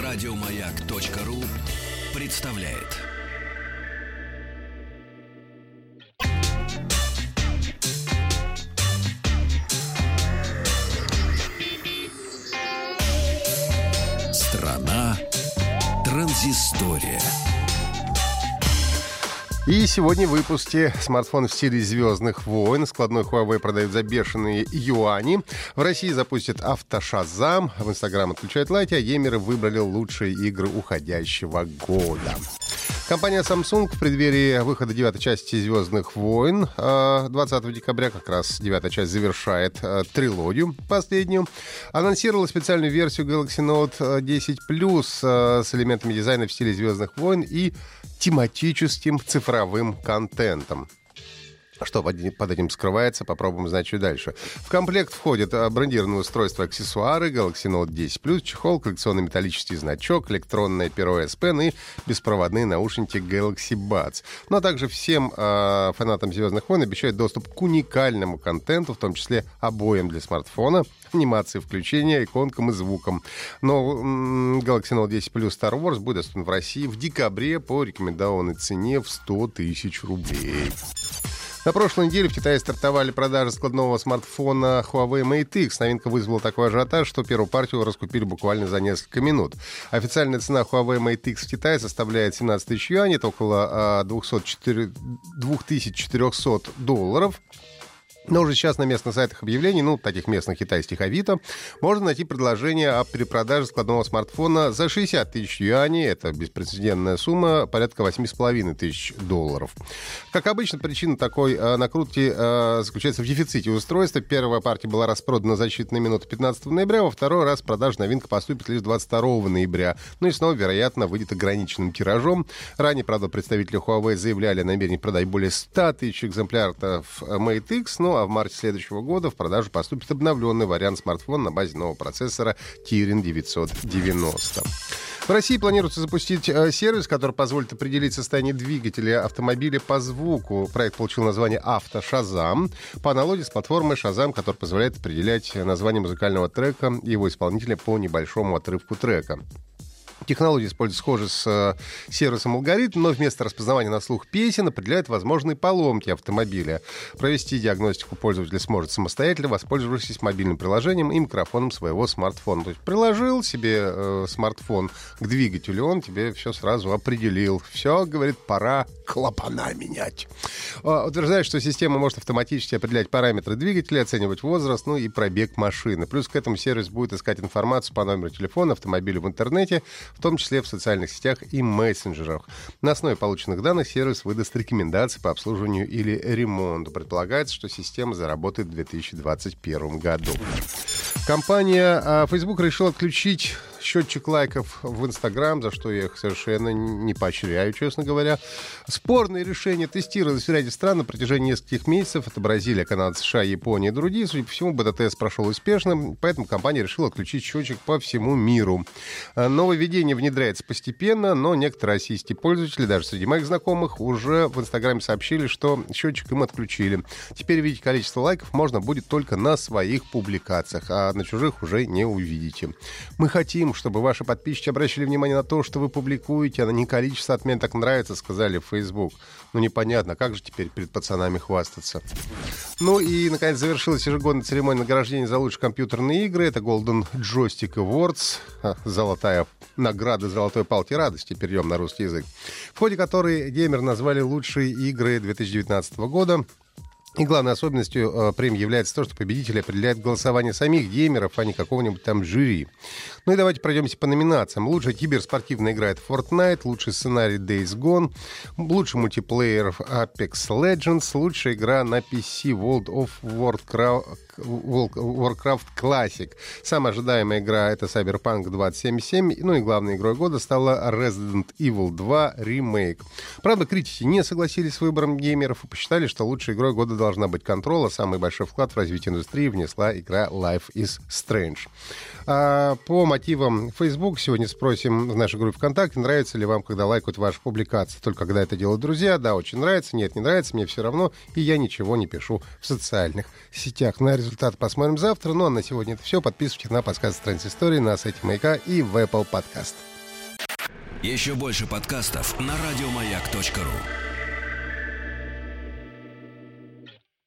Радиомаяк.ру представляет. Страна транзистория. И сегодня в выпуске смартфон в стиле «Звездных войн». Складной Huawei продают за бешеные юани. В России запустят автошазам. В Инстаграм отключают лайки, а геймеры выбрали лучшие игры уходящего года. Компания Samsung в преддверии выхода 9-й части «Звездных войн» 20 декабря, как раз 9-я часть завершает трилогию последнюю, анонсировала специальную версию Galaxy Note 10 Plus с элементами дизайна в стиле «Звездных войн» и тематическим цифровым контентом. Что под этим скрывается, попробуем узнать чуть дальше. В комплект входят брендированные устройства, аксессуары, Galaxy Note 10 Plus, чехол, коллекционный металлический значок, электронное перо S Pen и беспроводные наушники Galaxy Buds. Ну а также всем фанатам «Звездных войн» обещают доступ к уникальному контенту, в том числе обоям для смартфона, анимации включения, иконкам и звукам. Но Galaxy Note 10 Plus Star Wars будет доступен в России в декабре по рекомендованной цене в 100 тысяч рублей. На прошлой неделе в Китае стартовали продажи складного смартфона Huawei Mate X. Новинка вызвала такой ажиотаж, что первую партию раскупили буквально за несколько минут. Официальная цена Huawei Mate X в Китае составляет 17 тысяч юаней, это около $2400. Но уже сейчас на местных сайтах объявлений, таких местных китайских Авито, можно найти предложение о перепродаже складного смартфона за 60 тысяч юаней. Это беспрецедентная сумма, порядка $8,5 тысяч. Как обычно, причина такой накрутки заключается в дефиците устройства. Первая партия была распродана за считанные минуты 15 ноября, во второй раз продажа новинка поступит лишь 22 ноября. И снова, вероятно, выйдет ограниченным тиражом. Ранее, правда, представители Huawei заявляли о намерении продать более 100 тысяч экземпляров Mate X, а в марте следующего года в продажу поступит обновленный вариант смартфона на базе нового процессора Kirin 990. В России планируется запустить сервис, который позволит определить состояние двигателя автомобиля по звуку. Проект получил название «Автошазам» по аналогии с платформой «Шазам», которая позволяет определять название музыкального трека и его исполнителя по небольшому отрывку трека. Технология используется схоже с сервисом «Алгоритм», но вместо распознавания на слух песен определяет возможные поломки автомобиля. Провести диагностику пользователь сможет самостоятельно, воспользовавшись мобильным приложением и микрофоном своего смартфона. То есть приложил себе смартфон к двигателю, он тебе все сразу определил. Все, говорит, пора клапана менять. Утверждает, что система может автоматически определять параметры двигателя, оценивать возраст, и пробег машины. Плюс к этому сервис будет искать информацию по номеру телефона автомобиля в интернете, в том числе в социальных сетях и мессенджерах. На основе полученных данных сервис выдаст рекомендации по обслуживанию или ремонту. Предполагается, что система заработает в 2021 году. Компания Facebook решила отключить счетчик лайков в Инстаграм, за что я их совершенно не поощряю, честно говоря. Спорные решения тестировались в ряде стран на протяжении нескольких месяцев. Это Бразилия, Канада, США, Япония и другие. Судя по всему, бета-тест прошел успешно, поэтому компания решила отключить счетчик по всему миру. Нововведение внедряется постепенно, но некоторые российские пользователи, даже среди моих знакомых, уже в Инстаграме сообщили, что счетчик им отключили. Теперь видеть количество лайков можно будет только на своих публикациях, а на чужих уже не увидите. Мы хотим, чтобы ваши подписчики обращали внимание на то, что вы публикуете, а не количество отметок нравится, сказали в Facebook. Непонятно, как же теперь перед пацанами хвастаться. И, наконец, завершилась ежегодная церемония награждения за лучшие компьютерные игры. Это Golden Joystick Awards, золотая награда золотой палки радости, перейдем на русский язык, в ходе которой геймеры назвали лучшие игры 2019 года. И главной особенностью премии является то, что победитель определяет голосование самих геймеров, а не какого-нибудь там жюри. И давайте пройдемся по номинациям. Лучшая киберспортивная игра — это Fortnite, лучший сценарий — Days Gone, лучший мультиплеер — Apex Legends, лучшая игра на PC — World of Warcraft Classic. Самая ожидаемая игра — это Cyberpunk 2077, и главной игрой года стала Resident Evil 2 Remake. Правда, критики не согласились с выбором геймеров и посчитали, что лучшей игрой года должна быть Control, а самый большой вклад в развитие индустрии внесла игра Life is Strange. По мотивам Facebook сегодня спросим в нашей группе ВКонтакте, нравится ли вам, когда лайкают ваши публикации. Только когда это делают друзья, да, очень нравится, нет, не нравится, мне все равно, и я ничего не пишу в социальных сетях. На результат посмотрим завтра, а на сегодня это все. Подписывайтесь на подкаст «Транзистория» на сайте Маяка и в Apple Podcast. Еще больше подкастов на радиомаяк.ру.